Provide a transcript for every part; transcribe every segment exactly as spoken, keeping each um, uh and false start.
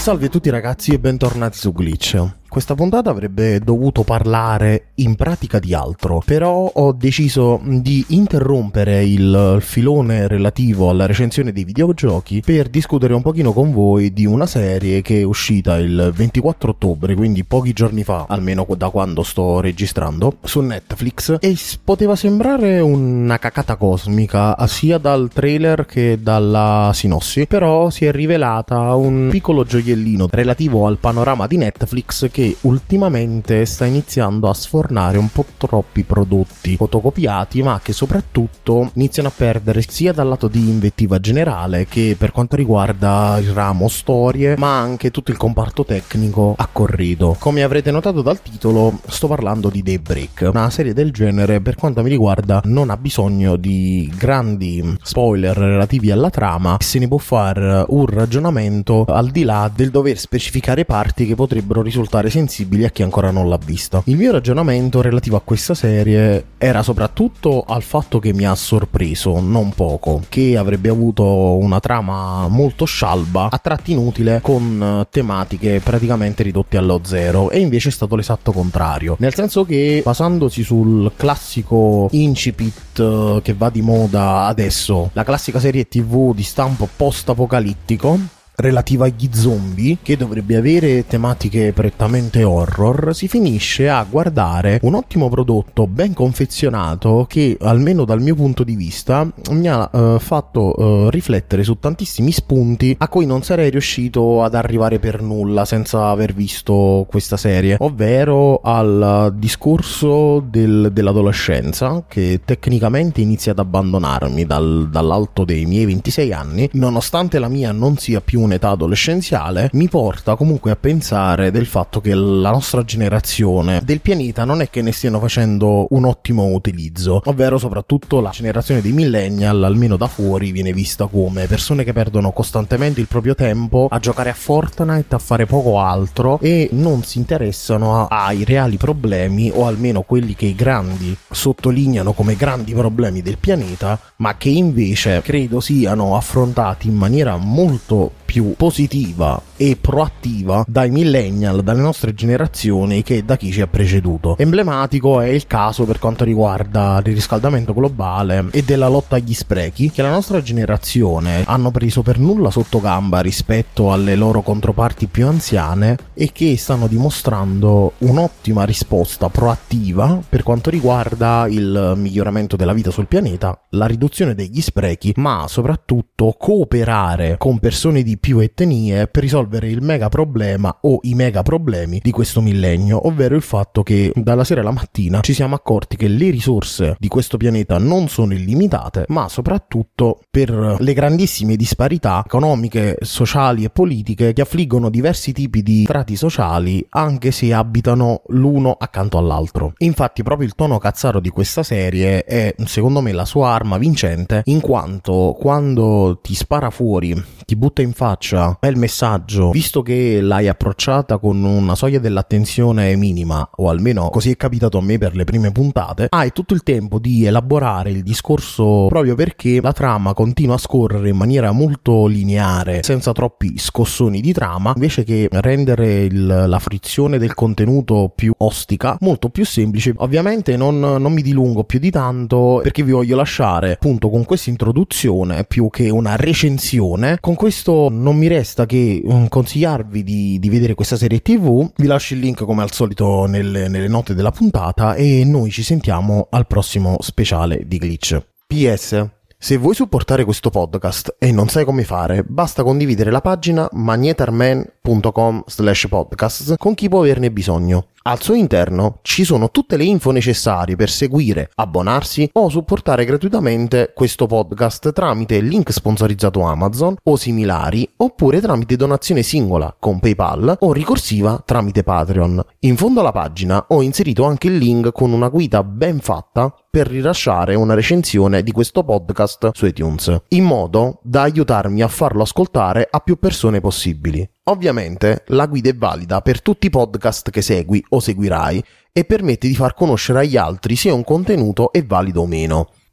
Salve a tutti ragazzi e bentornati su Glitch. Questa puntata avrebbe dovuto parlare in pratica di altro, però ho deciso di interrompere il filone relativo alla recensione dei videogiochi per discutere un pochino con voi di una serie che è uscita il ventiquattro ottobre, quindi pochi giorni fa, almeno da quando sto registrando, su Netflix, e poteva sembrare una cacata cosmica sia dal trailer che dalla sinossi, però si è rivelata un piccolo gioiellino relativo al panorama di Netflix che ultimamente sta iniziando a sfornare un po' troppi prodotti fotocopiati, ma che soprattutto iniziano a perdere sia dal lato di invettiva generale che per quanto riguarda il ramo storie, ma anche tutto il comparto tecnico a corredo. Come avrete notato dal titolo, sto parlando di Daybreak. Una serie del genere, per quanto mi riguarda, non ha bisogno di grandi spoiler relativi alla trama, se ne può fare un ragionamento al di là del dover specificare parti che potrebbero risultare sensibili a chi ancora non l'ha vista. Il mio ragionamento relativo a questa serie era soprattutto al fatto che mi ha sorpreso non poco, che avrebbe avuto una trama molto scialba, a tratti inutile, con tematiche praticamente ridotte allo zero, e invece è stato l'esatto contrario, nel senso che basandosi sul classico incipit che va di moda adesso, la classica serie tv di stampo post-apocalittico relativa agli zombie, che dovrebbe avere tematiche prettamente horror, si finisce a guardare un ottimo prodotto ben confezionato che, almeno dal mio punto di vista, mi ha eh, fatto eh, riflettere su tantissimi spunti a cui non sarei riuscito ad arrivare per nulla senza aver visto questa serie, ovvero al discorso del, dell'adolescenza, che tecnicamente inizia ad abbandonarmi dal, dall'alto dei miei ventisei anni, nonostante la mia non sia più un'età adolescenziale, mi porta comunque a pensare del fatto che la nostra generazione del pianeta non è che ne stiano facendo un ottimo utilizzo, ovvero soprattutto la generazione dei millennial, almeno da fuori, viene vista come persone che perdono costantemente il proprio tempo a giocare a Fortnite, a fare poco altro, e non si interessano a, ai reali problemi, o almeno quelli che i grandi sottolineano come grandi problemi del pianeta, ma che invece credo siano affrontati in maniera molto più positiva e proattiva dai millennial, dalle nostre generazioni, che da chi ci ha preceduto. Emblematico è il caso per quanto riguarda il riscaldamento globale e della lotta agli sprechi, che la nostra generazione hanno preso per nulla sotto gamba rispetto alle loro controparti più anziane, e che stanno dimostrando un'ottima risposta proattiva per quanto riguarda il miglioramento della vita sul pianeta, la riduzione degli sprechi, ma soprattutto cooperare con persone di più etnie per risolvere il mega problema o i mega problemi di questo millennio, ovvero il fatto che dalla sera alla mattina ci siamo accorti che le risorse di questo pianeta non sono illimitate, ma soprattutto per le grandissime disparità economiche, sociali e politiche che affliggono diversi tipi di strati sociali, anche se abitano l'uno accanto all'altro. Infatti proprio il tono cazzaro di questa serie è, secondo me, la sua arma vincente, in quanto quando ti spara fuori, ti butta in faccia è il messaggio, visto che l'hai approcciata con una soglia dell'attenzione minima, o almeno così è capitato a me per le prime puntate, hai tutto il tempo di elaborare il discorso, proprio perché la trama continua a scorrere in maniera molto lineare, senza troppi scossoni di trama, invece che rendere il, la frizione del contenuto più ostica, molto più semplice. Ovviamente non, non mi dilungo più di tanto, perché vi voglio lasciare appunto con questa introduzione più che una recensione. Con questo non mi resta che um, consigliarvi di, di vedere questa serie tv. Vi lascio il link come al solito nelle, nelle note della puntata, e noi ci sentiamo al prossimo speciale di Glitch. P S: se vuoi supportare questo podcast e non sai come fare, basta condividere la pagina magnetarman punto com slash podcast con chi può averne bisogno. Al suo interno ci sono tutte le info necessarie per seguire, abbonarsi o supportare gratuitamente questo podcast tramite link sponsorizzato Amazon o similari, oppure tramite donazione singola con PayPal o ricorsiva tramite Patreon. In fondo alla pagina ho inserito anche il link con una guida ben fatta per rilasciare una recensione di questo podcast su iTunes, in modo da aiutarmi a farlo ascoltare a più persone possibili. Ovviamente la guida è valida per tutti i podcast che segui o seguirai e permette di far conoscere agli altri se un contenuto è valido o meno.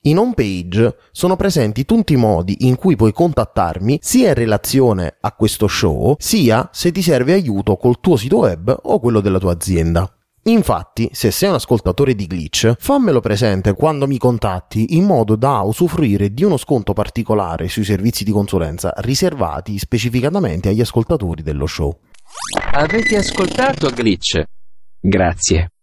In home page sono presenti tutti i modi in cui puoi contattarmi sia in relazione a questo show, sia se ti serve aiuto col tuo sito web o quello della tua azienda. Infatti, se sei un ascoltatore di Glitch, fammelo presente quando mi contatti in modo da usufruire di uno sconto particolare sui servizi di consulenza riservati specificatamente agli ascoltatori dello show. Avete ascoltato Glitch? Grazie.